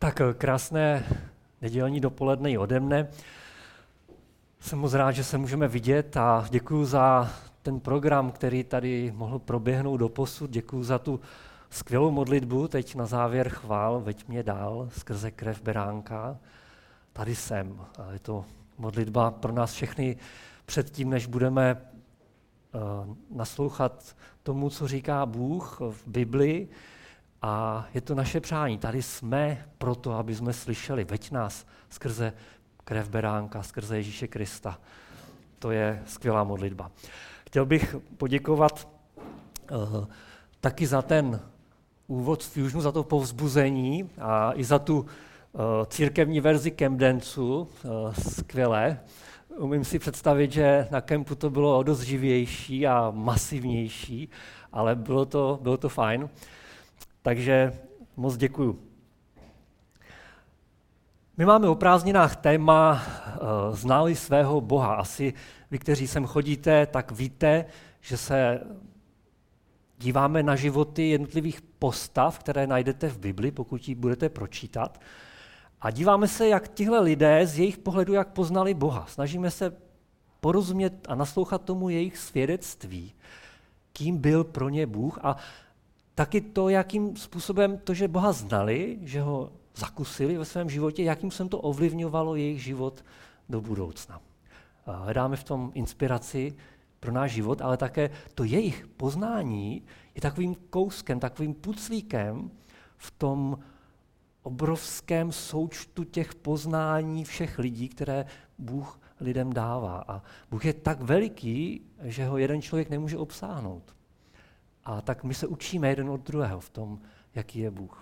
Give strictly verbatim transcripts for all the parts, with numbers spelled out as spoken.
Tak krásné nedělní dopoledne i ode mne. Jsem moc rád, že se můžeme vidět a děkuji za ten program, který tady mohl proběhnout doposud. Děkuji za tu skvělou modlitbu, teď na závěr chvál, veď mě dál skrze krev beránka. Tady jsem. A je to modlitba pro nás všechny předtím, než budeme uh, naslouchat tomu, co říká Bůh v Bibli. A je to naše přání. Tady jsme proto, aby jsme slyšeli. Veď nás skrze krev beránka, skrze Ježíše Krista. To je skvělá modlitba. Chtěl bych poděkovat uh, taky za ten úvod z Fusionu, za to povzbuzení a i za tu uh, církevní verzi Camdencu. Uh, skvělé. Umím si představit, že na kempu to bylo dost živější a masivnější, ale bylo to, bylo to fajn. Takže moc děkuju. My máme o prázdninách téma uh, Znali svého Boha. Asi vy, kteří sem chodíte, tak víte, že se díváme na životy jednotlivých postav, které najdete v Bibli, pokud ji budete pročítat. A díváme se, jak tihle lidé z jejich pohledu, jak poznali Boha. Snažíme se porozumět a naslouchat tomu jejich svědectví, kým byl pro ně Bůh a taky to, jakým způsobem to, že Boha znali, že ho zakusili ve svém životě, jakým jsem to ovlivňovalo jejich život do budoucna. Hledáme v tom inspiraci pro náš život, ale také to jejich poznání je takovým kouskem, takovým puclíkem v tom obrovském součtu těch poznání všech lidí, které Bůh lidem dává. A Bůh je tak veliký, že ho jeden člověk nemůže obsáhnout. A tak my se učíme jeden od druhého v tom, jaký je Bůh.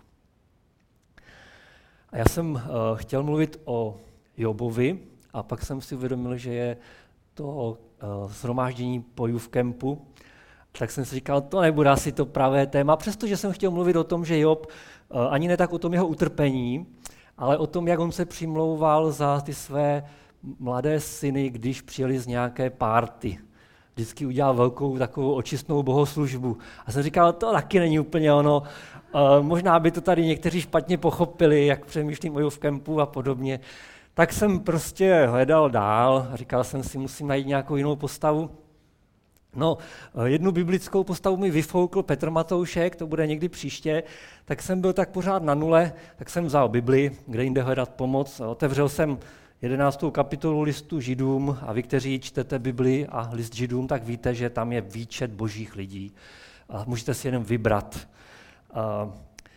A já jsem uh, chtěl mluvit o Jobovi a pak jsem si uvědomil, že je to uh, shromáždění po Youth Campu. Tak jsem si říkal, to nebude asi to pravé téma, přestože jsem chtěl mluvit o tom, že Job uh, ani ne tak o tom jeho utrpení, ale o tom, jak on se přimlouval za ty své mladé syny, když přijeli z nějaké párty. Vždycky udělal velkou takovou očistnou bohoslužbu. A jsem říkal, to taky není úplně ono. Uh, možná by to tady někteří špatně pochopili, jak přemýšlím o Youth Campu a podobně. Tak jsem prostě hledal dál a říkal jsem si, musím najít nějakou jinou postavu. No, jednu biblickou postavu mi vyfoukl Petr Matoušek, to bude někdy příště, tak jsem byl tak pořád na nule, tak jsem vzal Bibli, kde jinde hledat pomoc. Otevřel jsem jedenáctou kapitolu listu Židům a vy, kteří čtete Bibli a list Židům, tak víte, že tam je výčet božích lidí. A můžete si jenom vybrat. A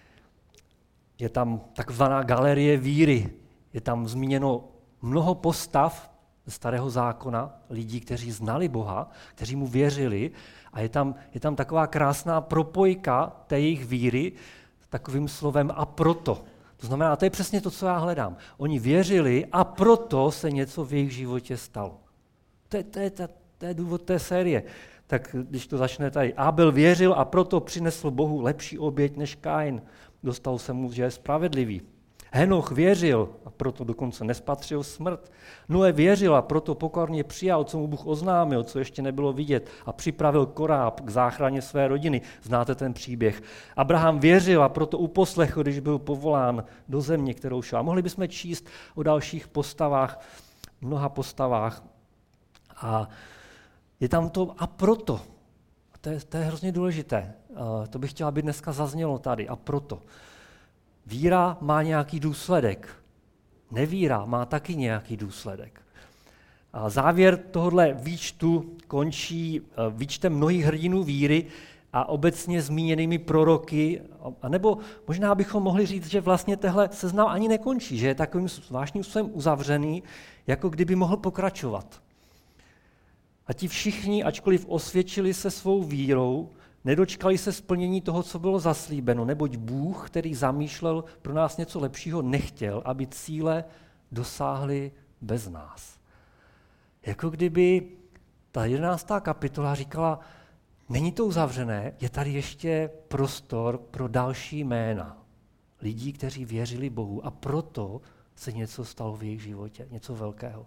je tam takzvaná galerie víry. Je tam zmíněno mnoho postav ze Starého zákona, lidí, kteří znali Boha, kteří mu věřili. A je tam, je tam taková krásná propojka té jejich víry takovým slovem a proto. To znamená, to je přesně to, co já hledám. Oni věřili a proto se něco v jejich životě stalo. To je, to je, to je, to je důvod té série. Tak když to začne tady. Abel věřil a proto přinesl Bohu lepší oběť než Kain. Dostal se mu, že je spravedlivý. Henoch věřil a proto dokonce nespatřil smrt. Noé věřil a proto pokorně přijal, co mu Bůh oznámil, co ještě nebylo vidět a připravil koráb k záchraně své rodiny. Znáte ten příběh. Abraham věřil a proto uposlechl, když byl povolán do země, kterou šel. A mohli bychom číst o dalších postavách, mnoha postavách. A je tam to a proto. A to je, to je hrozně důležité. A to bych chtěla, aby dneska zaznělo tady. A proto. Víra má nějaký důsledek. Nevíra má taky nějaký důsledek. A závěr tohohle výčtu končí výčtem mnohých hrdinů víry a obecně zmíněnými proroky. A nebo možná bychom mohli říct, že vlastně tehle seznam ani nekončí, že je takovým zvláštním způsobem uzavřený, jako kdyby mohl pokračovat. A ti všichni, ačkoliv osvědčili se svou vírou, nedočkali se splnění toho, co bylo zaslíbeno, neboť Bůh, který zamýšlel pro nás něco lepšího, nechtěl, aby cíle dosáhly bez nás. Jako kdyby ta jedenáctá kapitola říkala, není to uzavřené, je tady ještě prostor pro další jména lidí, kteří věřili Bohu a proto se něco stalo v jejich životě, něco velkého.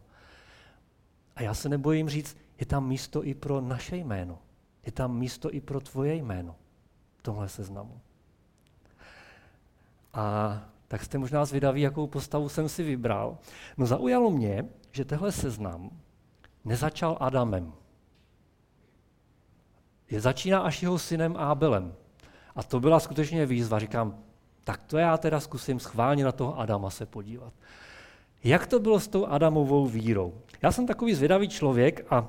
A já se nebojím říct, je tam místo i pro naše jméno. Je tam místo i pro tvoje jméno v tomhle seznamu. A tak jste možná zvědaví, jakou postavu jsem si vybral. No zaujalo mě, že tenhle seznam nezačal Adamem. Je začíná až jeho synem Ábelem. A to byla skutečně výzva. Říkám, tak to já teda zkusím schválně na toho Adama se podívat. Jak to bylo s tou Adamovou vírou? Já jsem takový zvědavý člověk a uh,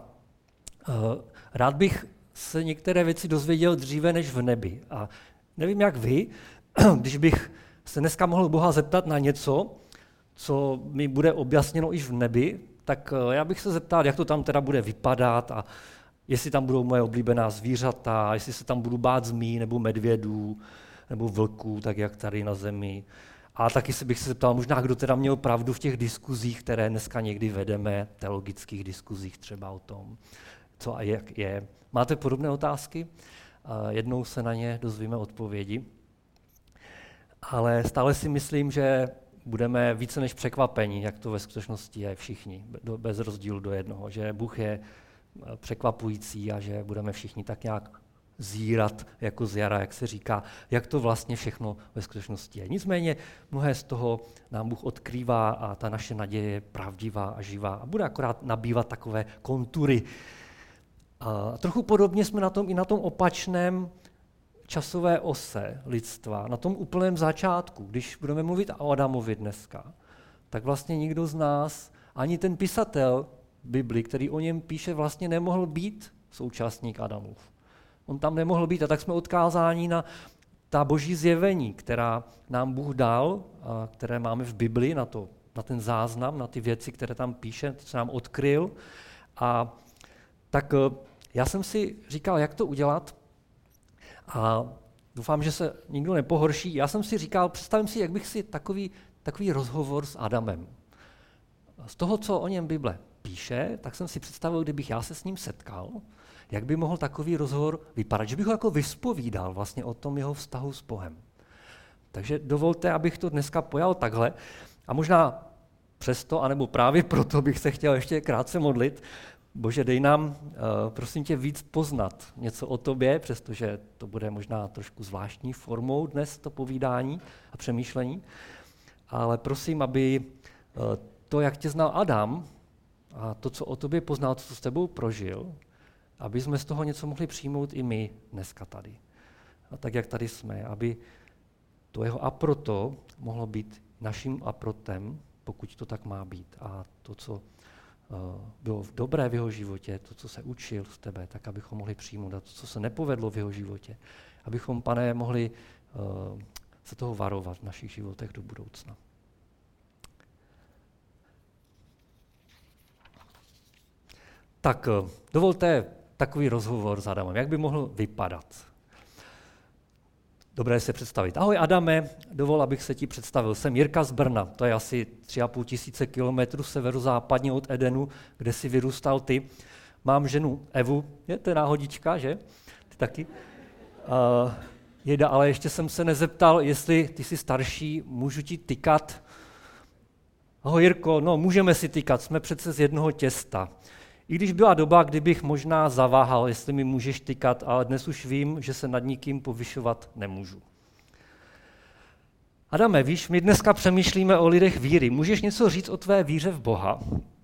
rád bych se některé věci dozvěděl dříve než v nebi. A nevím, jak vy, když bych se dneska mohl Boha zeptat na něco, co mi bude objasněno již v nebi, tak uh, já bych se zeptal, jak to tam teda bude vypadat a jestli tam budou moje oblíbená zvířata, jestli se tam budu bát zmí nebo medvědů nebo vlků, tak jak tady na zemi. A taky se bych se zeptal, možná kdo teda měl pravdu v těch diskuzích, které dneska někdy vedeme, teologických diskuzích třeba o tom, co a jak je. Máte podobné otázky? Jednou se na ně dozvíme odpovědi. Ale stále si myslím, že budeme více než překvapení, jak to ve skutečnosti je všichni, bez rozdílu do jednoho, že Bůh je překvapující a že budeme všichni tak nějak zírat jako z jara, jak se říká, jak to vlastně všechno ve skutečnosti je. Nicméně mnohé z toho nám Bůh odkrývá a ta naše naděje je pravdivá a živá a bude akorát nabývat takové kontury. A trochu podobně jsme na tom i na tom opačném časové ose lidstva, na tom úplném začátku. Když budeme mluvit o Adamovi dneska, tak vlastně nikdo z nás, ani ten pisatel Bibli, který o něm píše, vlastně nemohl být současník Adamův. On tam nemohl být a tak jsme odkázáni na ta boží zjevení, která nám Bůh dal, a které máme v Bibli, na, to, na ten záznam, na ty věci, které tam píše, co nám odkryl. A tak já jsem si říkal, jak to udělat a doufám, že se nikdo nepohorší. Já jsem si říkal, představím si, jak bych si takový, takový rozhovor s Adamem. Z toho, co o něm Bible píše, tak jsem si představil, kdybych já se s ním setkal, jak by mohl takový rozhovor vypadat, že bych ho jako vyspovídal vlastně o tom jeho vztahu s Bohem. Takže dovolte, abych to dneska pojal takhle a možná přesto, anebo právě proto bych se chtěl ještě krátce modlit. Bože, dej nám, prosím tě, víc poznat něco o tobě, přestože to bude možná trošku zvláštní formou dnes to povídání a přemýšlení, ale prosím, aby to, jak tě znal Adam a to, co o tobě poznal, to, co s tebou prožil, aby jsme z toho něco mohli přijmout i my dneska tady. A tak, jak tady jsme, aby to jeho aproto mohlo být naším aprotem, pokud to tak má být. A to, co uh, bylo dobré v jeho životě, to, co se učil z tebe, tak abychom mohli přijmout. A to, co se nepovedlo v jeho životě, abychom, Pane, mohli uh, se toho varovat v našich životech do budoucna. Tak dovolte takový rozhovor s Adamem. Jak by mohl vypadat? Dobré se představit. Ahoj Adame, dovol, abych se ti představil. Jsem Jirka z Brna, to je asi tři a půl tisíce kilometrů severozápadně od Edenu, kde jsi vyrůstal ty. Mám ženu Evu, je to náhodička, že? Ty taky. Uh, jeda, ale ještě jsem se nezeptal, jestli ty jsi starší, můžu ti tykat. Ahoj Jirko, no můžeme si tykat, jsme přece z jednoho těsta. I když byla doba, kdybych možná zaváhal, jestli mi můžeš tykat, ale dnes už vím, že se nad nikým povyšovat nemůžu. Adame, víš, my dneska přemýšlíme o lidech víry. Můžeš něco říct o tvé víře v Boha?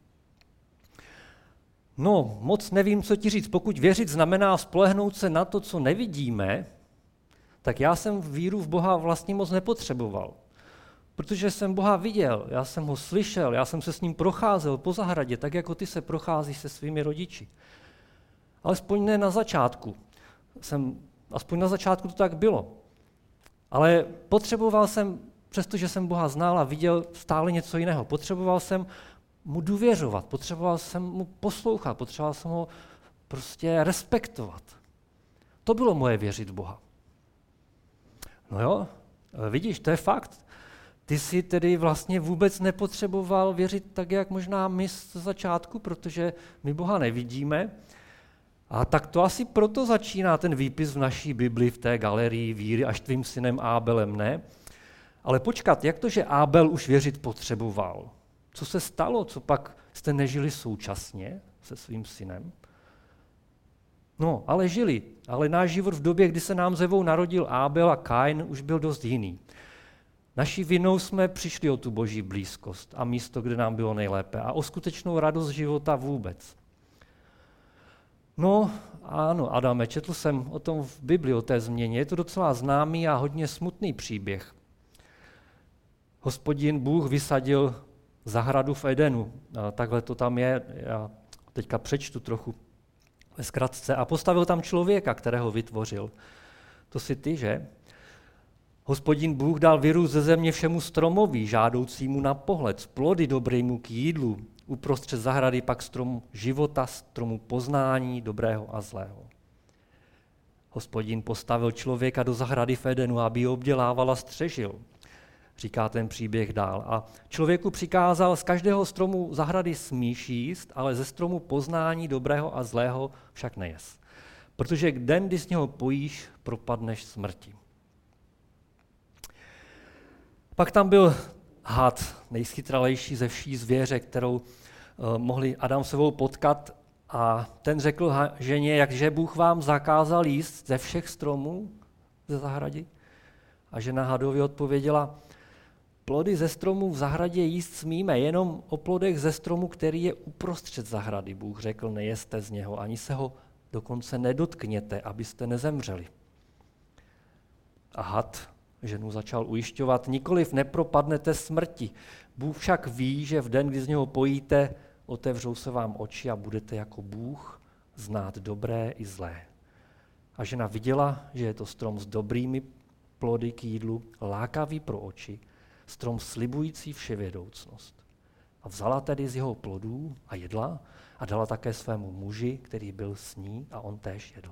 No, moc nevím, co ti říct. Pokud věřit znamená spolehnout se na to, co nevidíme, tak já jsem víru v Boha vlastně moc nepotřeboval. Protože jsem Boha viděl, já jsem ho slyšel, já jsem se s ním procházel po zahradě, tak jako ty se procházíš se svými rodiči. Alespoň ne na začátku. Jsem, aspoň na začátku to tak bylo. Ale potřeboval jsem, přestože jsem Boha znal a viděl stále něco jiného, potřeboval jsem mu důvěřovat, potřeboval jsem mu poslouchat, potřeboval jsem ho prostě respektovat. To bylo moje věřit v Boha. No jo, vidíš, to je fakt. Ty jsi tedy vlastně vůbec nepotřeboval věřit tak, jak možná my z začátku, protože my Boha nevidíme. A tak to asi proto začíná ten výpis v naší Bibli v té galerii víry až tvým synem Ábelem, ne? Ale počkat, jak to, že Ábel už věřit potřeboval? Co se stalo? Co pak jste nežili současně se svým synem? No, ale žili. Ale náš život v době, kdy se nám z Evou narodil Ábel a Kain, už byl dost jiný. Naší vinou jsme přišli o tu boží blízkost a místo, kde nám bylo nejlépe a o skutečnou radost života vůbec. No ano, Adame, četl jsem o tom v Bibli, o té změně. Je to docela známý a hodně smutný příběh. Hospodin Bůh vysadil zahradu v Edenu. A takhle to tam je, já teďka přečtu trochu ve zkratce. A postavil tam člověka, kterého vytvořil. To si ty, že? Hospodin Bůh dal vyrůst ze země všemu stromoví, žádoucímu na pohled, plody dobrýmu k jídlu. Uprostřed zahrady pak strom života, stromu poznání dobrého a zlého. Hospodin postavil člověka do zahrady v Edenu, aby ji obdělával a střežil. Říká ten příběh dál. A člověku přikázal, z každého stromu zahrady smíš jíst, ale ze stromu poznání dobrého a zlého však nejez. Protože den, kdy z něho pojíš, propadneš smrti. Pak tam byl had, nejchytralejší ze vší zvěře, kterou uh, mohli Adam sebou potkat, a ten řekl ženě, jakže Bůh vám zakázal jíst ze všech stromů ze zahrady? A žena hadovi odpověděla, plody ze stromů v zahradě jíst smíme, jenom o plodech ze stromu, který je uprostřed zahrady. Bůh řekl, nejeste z něho, ani se ho dokonce nedotkněte, abyste nezemřeli. A had ženu začal ujišťovat, nikoliv nepropadnete smrti. Bůh však ví, že v den, kdy z něho pojíte, otevřou se vám oči a budete jako Bůh znát dobré i zlé. A žena viděla, že je to strom s dobrými plody k jídlu, lákavý pro oči, strom slibující vševědoucnost. A vzala tedy z jeho plodů a jedla a dala také svému muži, který byl s ní, a on též jedl.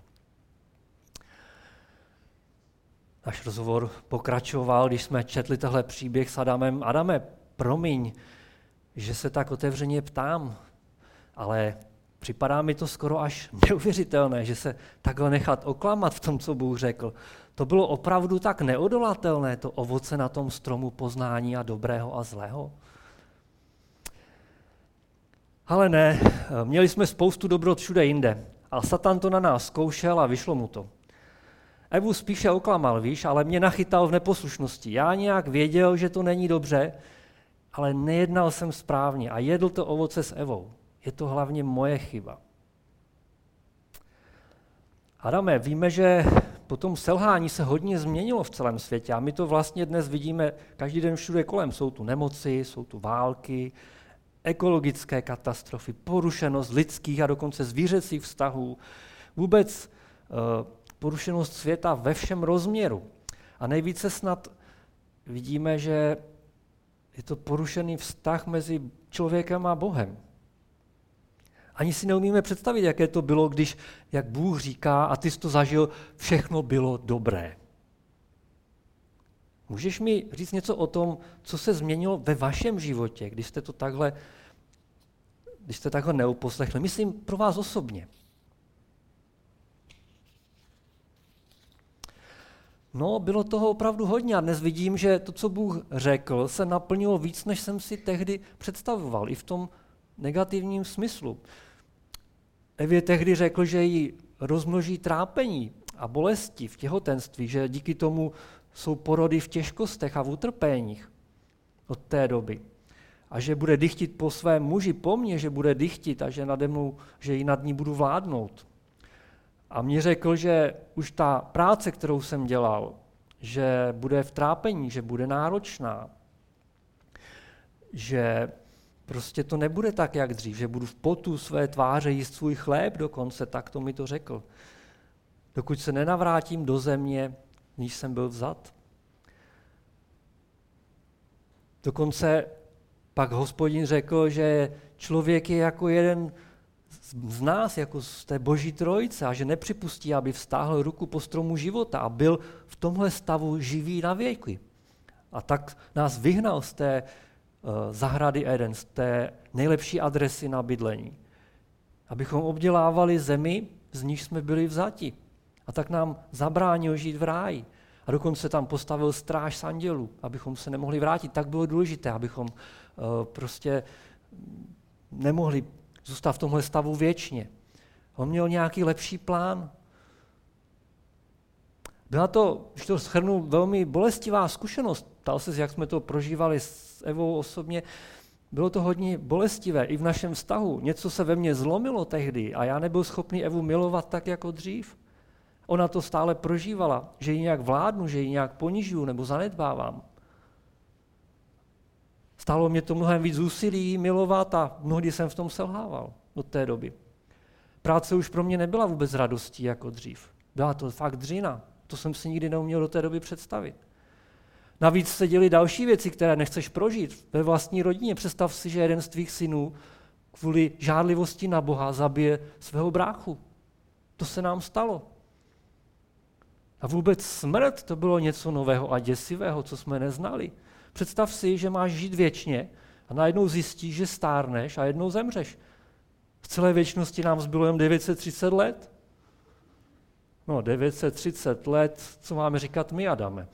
Náš rozhovor pokračoval, když jsme četli tohle příběh s Adamem. Adame, promiň, že se tak otevřeně ptám, ale připadá mi to skoro až neuvěřitelné, že se takhle nechat oklamat v tom, co Bůh řekl. To bylo opravdu tak neodolatelné, to ovoce na tom stromu poznání a dobrého a zlého. Ale ne, měli jsme spoustu dobrot všude jinde. A Satan to na nás zkoušel a vyšlo mu to. Evu spíše oklamal, víš, ale mě nachytal v neposlušnosti. Já nějak věděl, že to není dobře, ale nejednal jsem správně a jedl to ovoce s Evou. Je to hlavně moje chyba. Adame, víme, že po tom selhání se hodně změnilo v celém světě a my to vlastně dnes vidíme každý den všude kolem. Jsou tu nemoci, jsou tu války, ekologické katastrofy, porušenost lidských a dokonce zvířecích vztahů, vůbec uh, porušenost světa ve všem rozměru. A nejvíce snad vidíme, že je to porušený vztah mezi člověkem a Bohem. Ani si neumíme představit, jaké to bylo, když, jak Bůh říká, a ty jsi to zažil, všechno bylo dobré. Můžeš mi říct něco o tom, co se změnilo ve vašem životě, když jste to takhle, když jste takhle neuposlechli? Myslím pro vás osobně. No, bylo toho opravdu hodně a dnes vidím, že to, co Bůh řekl, se naplnilo víc, než jsem si tehdy představoval, i v tom negativním smyslu. Evě tehdy řekl, že jí rozmnoží trápení a bolesti v těhotenství, že díky tomu jsou porody v těžkostech a v utrpéních od té doby. A že bude dychtit po svém muži, po mně, že bude dychtit a že, nade mnou, že ji nad ní budu vládnout. A mě řekl, že už ta práce, kterou jsem dělal, že bude v trápení, že bude náročná, že prostě to nebude tak, jak dřív, že budu v potu své tváře jíst svůj chléb dokonce, tak to mi to řekl. Dokud se nenavrátím do země, níž jsem byl vzat. Dokonce pak Hospodin řekl, že člověk je jako jeden z nás, jako z té boží trojice, a že nepřipustí, aby vztáhl ruku po stromu života a byl v tomhle stavu živý na věky. A tak nás vyhnal z té uh, zahrady Eden, z té nejlepší adresy na bydlení. Abychom obdělávali zemi, z níž jsme byli vzati. A tak nám zabránil žít v ráji. A dokonce tam postavil stráž z andělů, abychom se nemohli vrátit. Tak bylo důležité, abychom uh, prostě nemohli zůstat v tomhle stavu věčně. On měl nějaký lepší plán. Byla to, když to shrnu, velmi bolestivá zkušenost. Ptal se, jak jsme to prožívali s Evou osobně. Bylo to hodně bolestivé i v našem vztahu. Něco se ve mně zlomilo tehdy a já nebyl schopný Evu milovat tak jako dřív. Ona to stále prožívala, že ji nějak vládnu, že ji nějak ponižuju nebo zanedbávám. Stálo mě to mnohem víc úsilí milovat a mnohdy jsem v tom selhával od té doby. Práce už pro mě nebyla vůbec radostí jako dřív. Byla to fakt dřina. To jsem si nikdy neuměl do té doby představit. Navíc se děly další věci, které nechceš prožít ve vlastní rodině. Představ si, že jeden z tvých synů kvůli žádlivosti na Boha zabije svého bráchu. To se nám stalo. A vůbec smrt, to bylo něco nového a děsivého, co jsme neznali. Představ si, že máš žít věčně a najednou zjistíš, že stárneš a jednou zemřeš. V celé věčnosti nám zbylo jen devět set třicet let. No, devět set třicet let, co máme říkat my, Adame?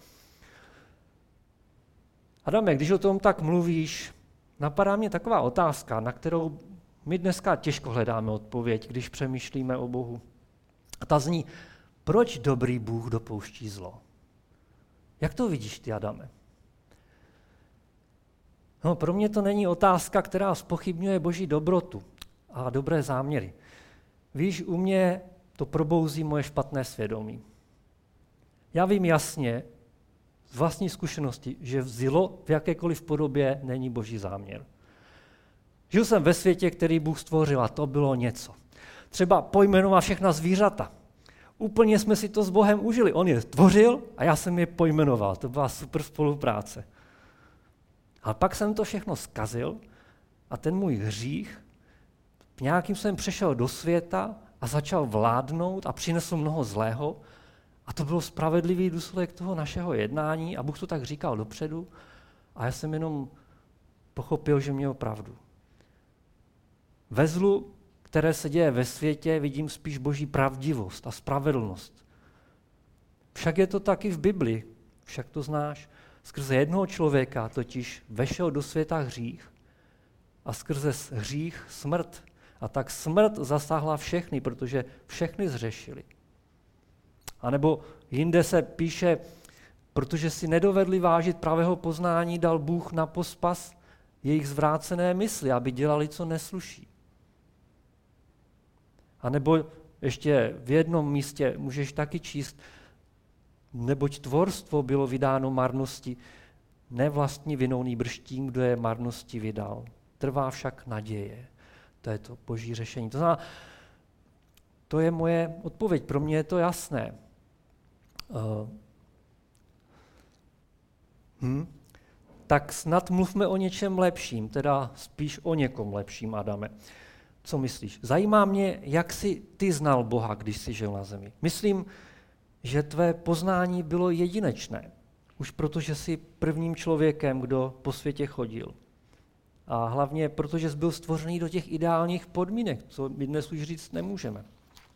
Adame, když o tom tak mluvíš, napadá mě taková otázka, na kterou my dneska těžko hledáme odpověď, když přemýšlíme o Bohu. A ta zní, proč dobrý Bůh dopouští zlo? Jak to vidíš ty, Adame? No, pro mě to není otázka, která zpochybňuje Boží dobrotu a dobré záměry. Víš, u mě to probouzí moje špatné svědomí. Já vím jasně z vlastní zkušenosti, že zlo v jakékoliv podobě není Boží záměr. Žil jsem ve světě, který Bůh stvořil a to bylo něco. Třeba pojmenoval všechna zvířata. Úplně jsme si to s Bohem užili. On je stvořil a já jsem je pojmenoval. To byla super spolupráce. Ale pak jsem to všechno zkazil a ten můj hřích nějakým jsem přešel do světa a začal vládnout a přinesl mnoho zlého. A to byl spravedlivý důsledek toho našeho jednání a Bůh to tak říkal dopředu a já jsem jenom pochopil, že měl pravdu. Ve zlu, které se děje ve světě, vidím spíš Boží pravdivost a spravedlnost. Však je to taky v Bibli, však to znáš. Skrze jednoho člověka totiž vešel do světa hřích a skrze hřích smrt. A tak smrt zasáhla všechny, protože všechny zřešili. A nebo jinde se píše, protože si nedovedli vážit pravého poznání, dal Bůh na pospas jejich zvrácené mysli, aby dělali, co nesluší. A nebo ještě v jednom místě můžeš taky číst, neboť tvorstvo bylo vydáno marnosti, ne vlastní vinou nýbrž tím, kdo je marnosti vydal. Trvá však naděje. To je to Boží řešení. To znamená, to je moje odpověď. Pro mě je to jasné. Uh, hm? Tak snad mluvme o něčem lepším, teda spíš o někom lepším, Adame. Co myslíš? Zajímá mě, jak jsi ty znal Boha, když jsi žil na zemi. Myslím, že tvé poznání bylo jedinečné, už protože jsi prvním člověkem, kdo po světě chodil. A hlavně protože jsi byl stvořený do těch ideálních podmínek, co my dnes už říct nemůžeme.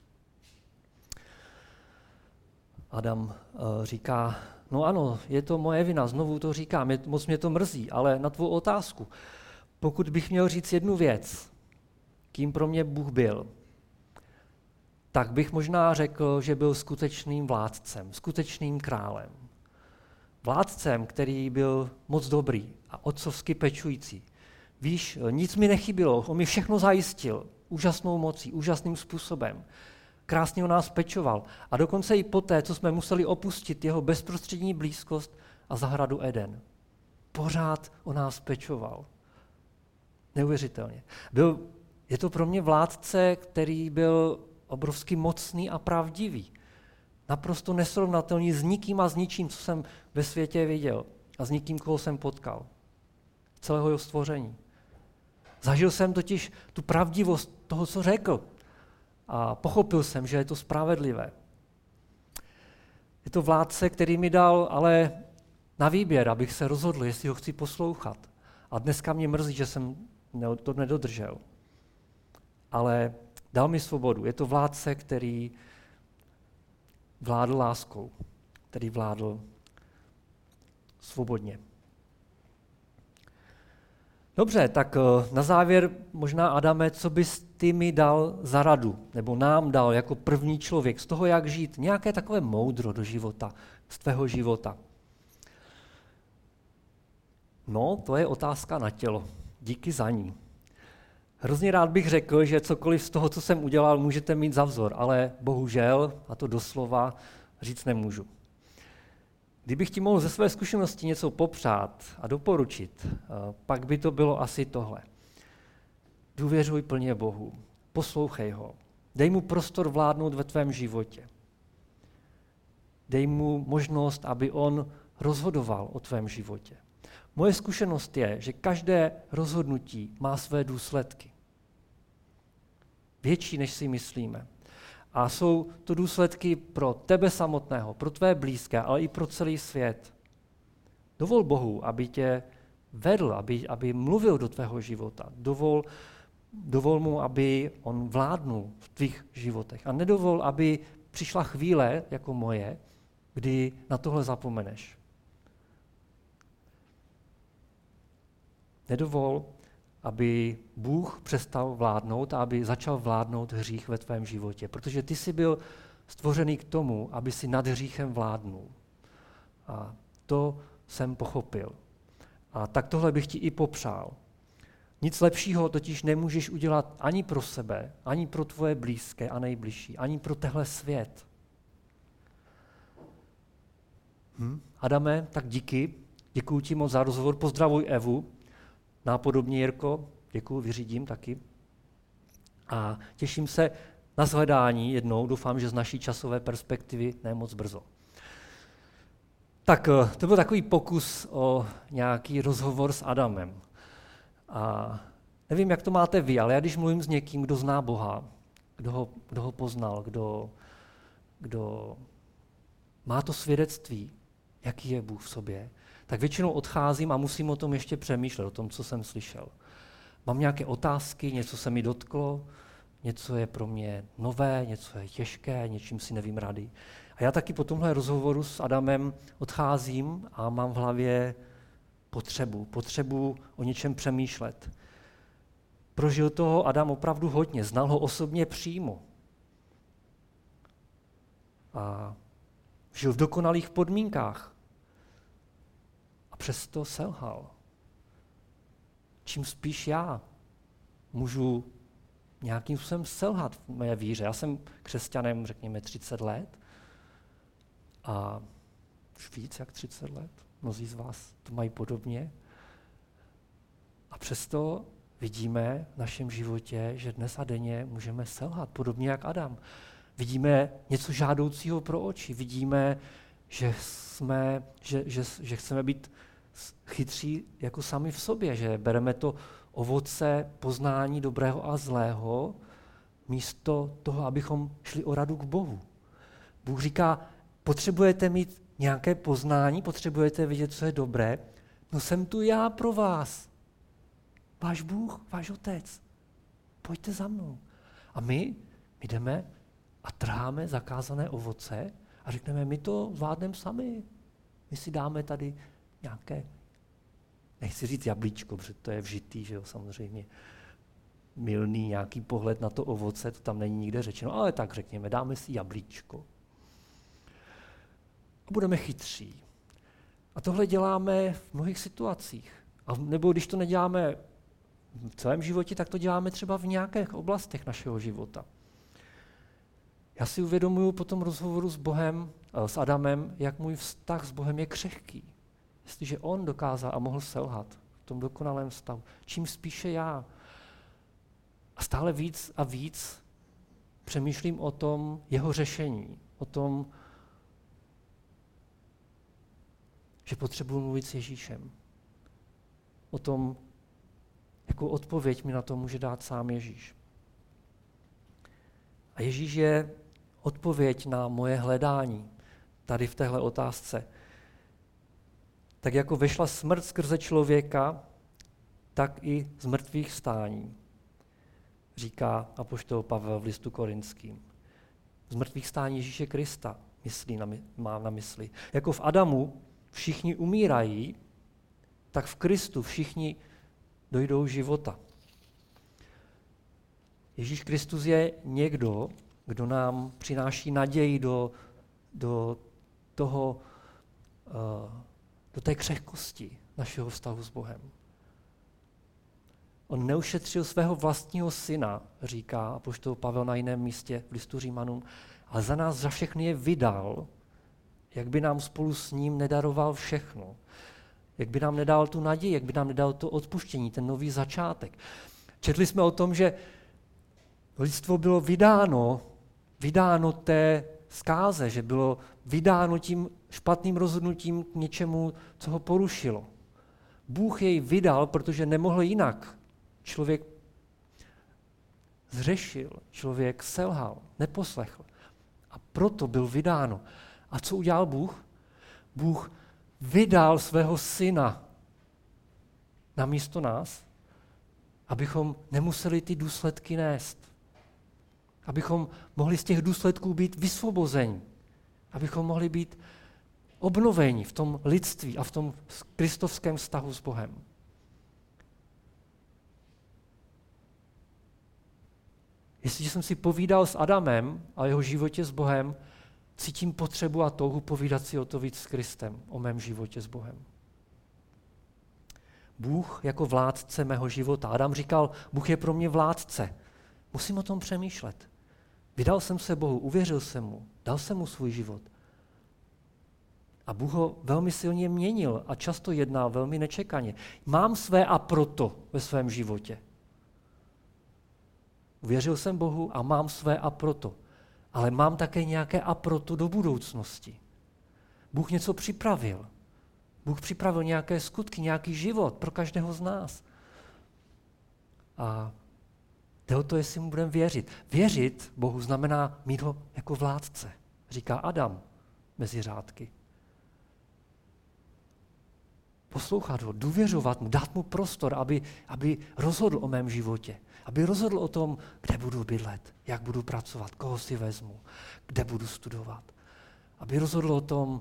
Adam uh, říká, no ano, je to moje vina, znovu to říkám, je, moc mě to mrzí, ale na tvou otázku, pokud bych měl říct jednu věc, kým pro mě Bůh byl, tak bych možná řekl, že byl skutečným vládcem, skutečným králem. Vládcem, který byl moc dobrý a otcovsky pečující. Víš, nic mi nechybilo, on mi všechno zajistil, úžasnou mocí, úžasným způsobem. Krásně o nás pečoval. A dokonce i poté, co jsme museli opustit jeho bezprostřední blízkost a zahradu Eden. Pořád o nás pečoval. Neuvěřitelně. Byl, je to pro mě vládce, který byl obrovsky mocný a pravdivý. Naprosto nesrovnatelný s nikým a s ničím, co jsem ve světě viděl. A s nikým, koho jsem potkal. Celého jeho stvoření. Zažil jsem totiž tu pravdivost toho, co řekl. A pochopil jsem, že je to spravedlivé. Je to vládce, který mi dal ale na výběr, abych se rozhodl, jestli ho chci poslouchat. A dneska mě mrzí, že jsem to nedodržel. Ale dal mi svobodu. Je to vládce, který vládl láskou, který vládl svobodně. Dobře, tak na závěr možná, Adame, co bys ty mi dal za radu, nebo nám dal jako první člověk z toho, jak žít, nějaké takové moudro do života, z tvého života. No, to je otázka na tělo. Díky za ní. Hrozně rád bych řekl, že cokoliv z toho, co jsem udělal, můžete mít za vzor, ale bohužel, a to doslova, říct nemůžu. Kdybych ti mohl ze své zkušenosti něco popřát a doporučit, pak by to bylo asi tohle. Důvěřuj plně Bohu, poslouchej ho, dej mu prostor vládnout ve tvém životě. Dej mu možnost, aby on rozhodoval o tvém životě. Moje zkušenost je, že každé rozhodnutí má své důsledky. Větší, než si myslíme. A jsou to důsledky pro tebe samotného, pro tvé blízké, ale i pro celý svět. Dovol Bohu, aby tě vedl, aby, aby mluvil do tvého života. Dovol, dovol mu, aby on vládnul v tvých životech. A nedovol, aby přišla chvíle, jako moje, kdy na tohle zapomeneš. Nedovol, aby Bůh přestal vládnout a aby začal vládnout hřích ve tvém životě. Protože ty jsi byl stvořený k tomu, aby si nad hříchem vládnul. A to jsem pochopil. A tak tohle bych ti i popřál. Nic lepšího totiž nemůžeš udělat ani pro sebe, ani pro tvoje blízké a nejbližší, ani pro tehle svět. Hm? Adame, tak díky. Děkuji ti moc za rozhovor. Pozdravuj Evu. Nápodobně, Jirko, děkuji, vyřídím taky. A těším se na shledání jednou, doufám, že z naší časové perspektivy ne moc brzo. Tak to byl takový pokus o nějaký rozhovor s Adamem. A nevím, jak to máte vy, ale já když mluvím s někým, kdo zná Boha, kdo ho, kdo ho poznal, kdo, kdo má to svědectví, jaký je Bůh v sobě, tak většinou odcházím a musím o tom ještě přemýšlet, o tom, co jsem slyšel. Mám nějaké otázky, něco se mi dotklo, něco je pro mě nové, něco je těžké, něčím si nevím rady. A já taky po tomhle rozhovoru s Adamem odcházím a mám v hlavě potřebu, potřebu o něčem přemýšlet. Prožil toho Adam opravdu hodně, znal ho osobně přímo. A žil v dokonalých podmínkách. A přesto selhal. Čím spíš já můžu nějakým způsobem selhat v mé víře. Já jsem křesťanem, řekněme, třicet let a už víc jak třicet let. Mnozí z vás to mají podobně. A přesto vidíme v našem životě, že dnes a denně můžeme selhat, podobně jak Adam. Vidíme něco žádoucího pro oči, vidíme, že, jsme, že, že, že chceme být chytří jako sami v sobě, že bereme to ovoce poznání dobrého a zlého místo toho, abychom šli o radu k Bohu. Bůh říká, potřebujete mít nějaké poznání, potřebujete vidět, co je dobré, no jsem tu já pro vás. Váš Bůh, váš Otec. Pojďte za mnou. A my, my jdeme a trháme zakázané ovoce a řekneme, my to zvládneme sami. My si dáme tady nějaké, nechci říct jablíčko, protože to je vžitý, že jo, samozřejmě mylný nějaký pohled na to ovoce, to tam není nikde řečeno, ale tak řekněme, dáme si jablíčko. A budeme chytří. A tohle děláme v mnohých situacích. A nebo když to neděláme v celém životě, tak to děláme třeba v nějakých oblastech našeho života. Já si uvědomuji po tom rozhovoru s Bohem, s Adamem, jak můj vztah s Bohem je křehký. Jestliže on dokázal a mohl selhat v tom dokonalém stavu, čím spíše já. A stále víc a víc přemýšlím o tom jeho řešení, o tom, že potřebuji mluvit s Ježíšem. O tom, jakou odpověď mi na to může dát sám Ježíš. A Ježíš je odpověď na moje hledání tady v téhle otázce. Tak jako vešla smrt skrze člověka, tak i z mrtvých vstání, říká apoštol Pavel v listu Korinským. Z mrtvých vstání Ježíše Krista myslí na, má na mysli. Jako v Adamu všichni umírají, tak v Kristu všichni dojdou života. Ježíš Kristus je někdo, kdo nám přináší naději do, do toho, do té křehkosti našeho vztahu s Bohem. On neušetřil svého vlastního syna, říká apoštol Pavel na jiném místě v listu Římanům, ale za nás za všechny je vydal, jak by nám spolu s ním nedaroval všechno. Jak by nám nedal tu naději, jak by nám nedal to odpuštění, ten nový začátek. Četli jsme o tom, že lidstvo bylo vydáno, vydáno té zkáze, že bylo vydáno tím špatným rozhodnutím k něčemu, co ho porušilo. Bůh jej vydal, protože nemohl jinak. Člověk zřešil, člověk selhal, neposlechl. A proto byl vydáno. A co udělal Bůh? Bůh vydal svého syna na místo nás, abychom nemuseli ty důsledky nést. Abychom mohli z těch důsledků být vysvobozeni. Abychom mohli být obnoveni v tom lidství a v tom kristovském vztahu s Bohem. Jestliže jsem si povídal s Adamem a jeho životě s Bohem, cítím potřebu a touhu povídat si o to víc s Kristem, o mém životě s Bohem. Bůh jako vládce mého života. Adam říkal, Bůh je pro mě vládce. Musím o tom přemýšlet. Vydal jsem se Bohu, uvěřil jsem mu, dal jsem mu svůj život. A Bůh ho velmi silně měnil a často jednal velmi nečekaně. Mám své a proto ve svém životě. Uvěřil jsem Bohu a mám své a proto. Ale mám také nějaké a proto do budoucnosti. Bůh něco připravil. Bůh připravil nějaké skutky, nějaký život pro každého z nás. A jde o to, jestli mu budeme věřit. Věřit Bohu znamená mít ho jako vládce, říká Adam mezi řádky. Poslouchat ho, důvěřovat mu, dát mu prostor, aby, aby rozhodl o mém životě. Aby rozhodl o tom, kde budu bydlet, jak budu pracovat, koho si vezmu, kde budu studovat. Aby rozhodl o tom,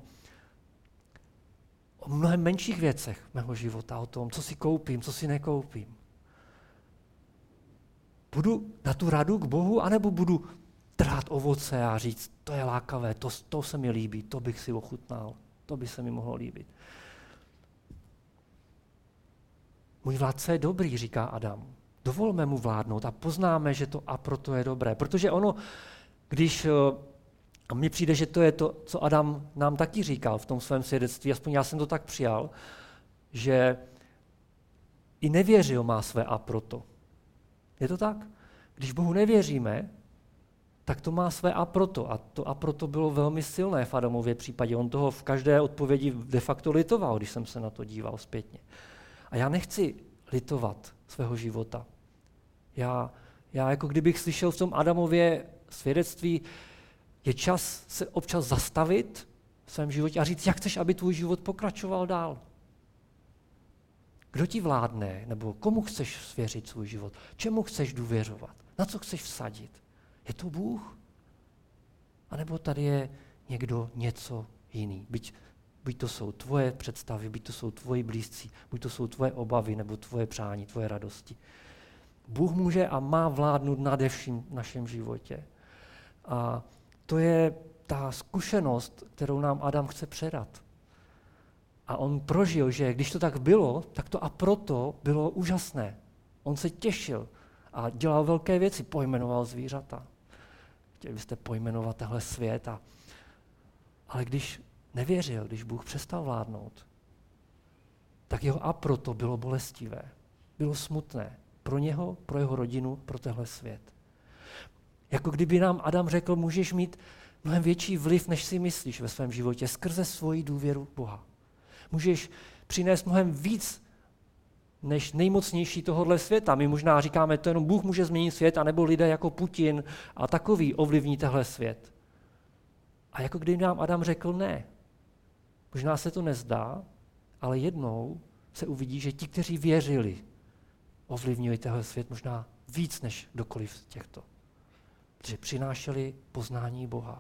o mnohem menších věcech mého života, o tom, co si koupím, co si nekoupím. Budu na tu radu k Bohu, anebo budu trhat ovoce a říct, to je lákavé, to, to se mi líbí, to bych si ochutnal, to by se mi mohlo líbit. Můj vládce je dobrý, říká Adam. Dovolme mu vládnout a poznáme, že to a proto je dobré. Protože ono, když, a mně přijde, že to je to, co Adam nám taky říkal v tom svém svědectví, aspoň já jsem to tak přijal, že i nevěřil má své a proto. Je to tak? Když Bohu nevěříme, tak to má své a proto. A to a proto bylo velmi silné v Adamově případě. On toho v každé odpovědi de facto litoval, když jsem se na to díval zpětně. A já nechci litovat svého života. Já, já jako kdybych slyšel v tom Adamově svědectví, je čas se občas zastavit v svém životě a říct, jak chceš, aby tvůj život pokračoval dál. Kdo ti vládne, nebo komu chceš svěřit svůj život, čemu chceš důvěřovat, na co chceš vsadit. Je to Bůh? A nebo tady je někdo něco jiný? Byť, byť to jsou tvoje představy, byť to jsou tvoji blízcí, buď to jsou tvoje obavy, nebo tvoje přání, tvoje radosti. Bůh může a má vládnout nade vším v našem životě. A to je ta zkušenost, kterou nám Adam chce předat. A on prožil, že když to tak bylo, tak to a proto bylo úžasné. On se těšil a dělal velké věci, pojmenoval zvířata. Chtěli byste pojmenovat tenhle svět. A, ale když nevěřil, když Bůh přestal vládnout, tak jeho a proto bylo bolestivé, bylo smutné. Pro něho, pro jeho rodinu, pro tenhle svět. Jako kdyby nám Adam řekl, můžeš mít mnohem větší vliv, než si myslíš ve svém životě, skrze svoji důvěru v Boha. Můžeš přinést mnohem víc, než nejmocnější tohohle světa. My možná říkáme, to jenom Bůh může změnit svět, anebo lidé jako Putin a takový ovlivní tehle svět. A jako kdyby nám Adam řekl ne. Možná se to nezdá, ale jednou se uvidí, že ti, kteří věřili, ovlivnili tenhle svět možná víc než kdokoliv z těchto. Protože přinášeli poznání Boha.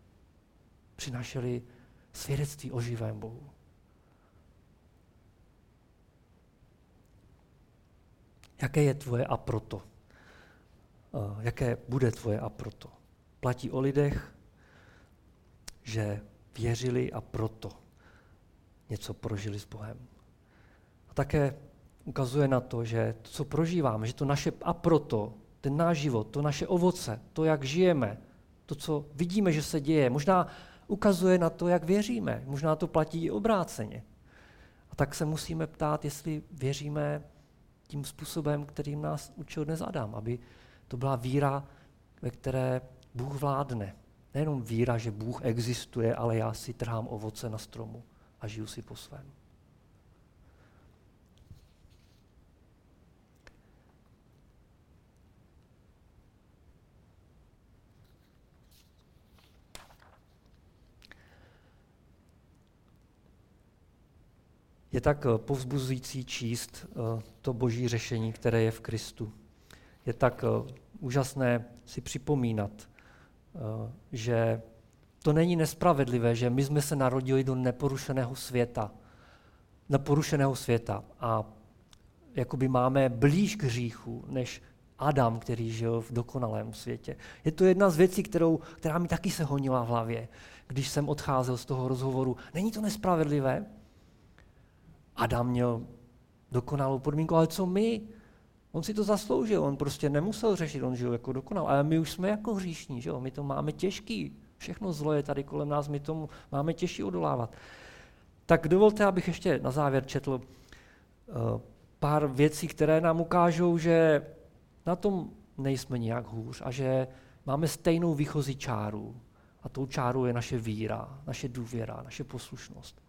Přinášeli svědectví o živém Bohu. Jaké je tvoje a proto? Jaké bude tvoje a proto? Platí o lidech, že věřili a proto něco prožili s Bohem. A také ukazuje na to, že to, co prožíváme, že to naše a proto, ten náš život, to naše ovoce, to, jak žijeme, to, co vidíme, že se děje, možná ukazuje na to, jak věříme. Možná to platí i obráceně. A tak se musíme ptát, jestli věříme tím způsobem, kterým nás učil dnes Adam, aby to byla víra, ve které Bůh vládne. Nejenom víra, že Bůh existuje, ale já si trhám ovoce na stromu a žiju si po svém. Je tak povzbuzující číst to boží řešení, které je v Kristu. Je tak úžasné si připomínat, že to není nespravedlivé, že my jsme se narodili do neporušeného světa, neporušeného světa a jakoby máme blíž k hříchu, než Adam, který žil v dokonalém světě. Je to jedna z věcí, kterou, která mi taky se honila v hlavě, když jsem odcházel z toho rozhovoru. Není to nespravedlivé? Adam měl dokonalou podmínku, ale co my? On si to zasloužil, on prostě nemusel řešit, on žil jako dokonal, ale my už jsme jako hříšní, že jo? My to máme těžký, všechno zlo je tady kolem nás, my tomu máme těžší odolávat. Tak dovolte, abych ještě na závěr četl uh, pár věcí, které nám ukážou, že na tom nejsme nijak hůř a že máme stejnou výchozí čáru a tou čárou je naše víra, naše důvěra, naše poslušnost.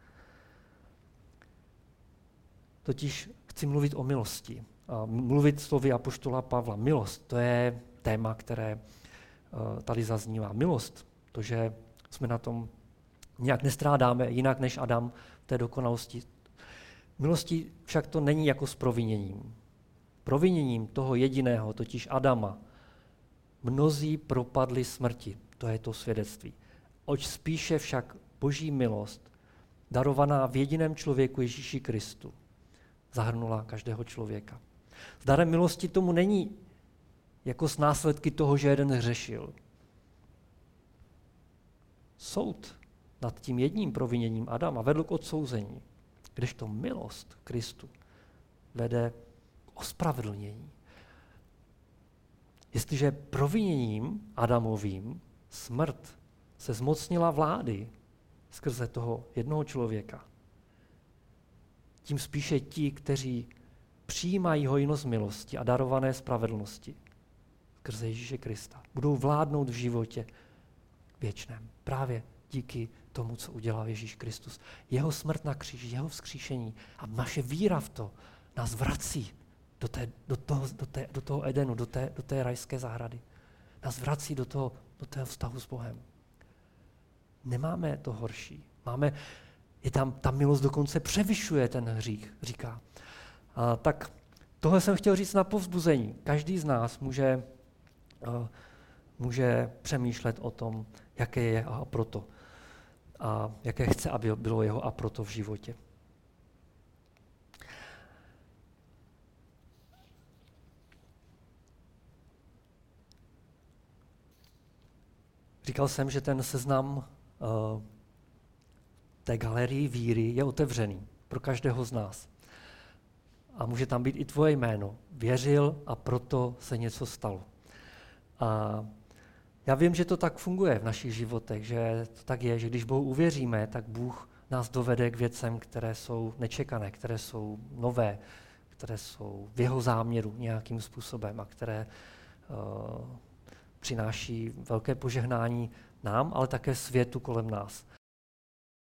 Totiž chci mluvit o milosti. A mluvit slovy apoštola Pavla. Milost, to je téma, které uh, tady zaznívá. Milost, to, že jsme na tom nějak nestrádáme jinak než Adam v té dokonalosti. Milosti však to není jako s proviněním. Proviněním toho jediného, totiž Adama, mnozí propadli smrti. To je to svědectví. Oč spíše však boží milost, darovaná v jediném člověku Ježíši Kristu, zahrnula každého člověka. S darem milosti tomu není jako s následky toho, že jeden hřešil. Soud nad tím jedním proviněním Adama vedl k odsouzení, kdežto milost Kristu vede k ospravedlnění. Jestliže proviněním Adamovým smrt se zmocnila vlády skrze toho jednoho člověka, tím spíše ti, kteří přijímají hojnost milosti a darované spravedlnosti skrze Ježíše Krista, budou vládnout v životě věčném. Právě díky tomu, co udělal Ježíš Kristus. Jeho smrt na kříži, jeho vzkříšení a naše víra v to nás vrací do, té, do, toho, do, té, do toho Edenu, do té, do té rajské zahrady. Nás vrací do toho, do toho vztahu s Bohem. Nemáme to horší. Máme, je tam, ta milost dokonce převyšuje ten hřích, říká. A tak tohle jsem chtěl říct na povzbuzení. Každý z nás může, uh, může přemýšlet o tom, jaké je jeho a proto. A jaké chce, aby bylo jeho a proto v životě. Říkal jsem, že ten seznam uh, té galerii víry je otevřený pro každého z nás. A může tam být i tvoje jméno. Věřil a proto se něco stalo. A já vím, že to tak funguje v našich životech, že to tak je, že když Bohu uvěříme, tak Bůh nás dovede k věcem, které jsou nečekané, které jsou nové, které jsou v jeho záměru nějakým způsobem a které uh, přináší velké požehnání nám, ale také světu kolem nás.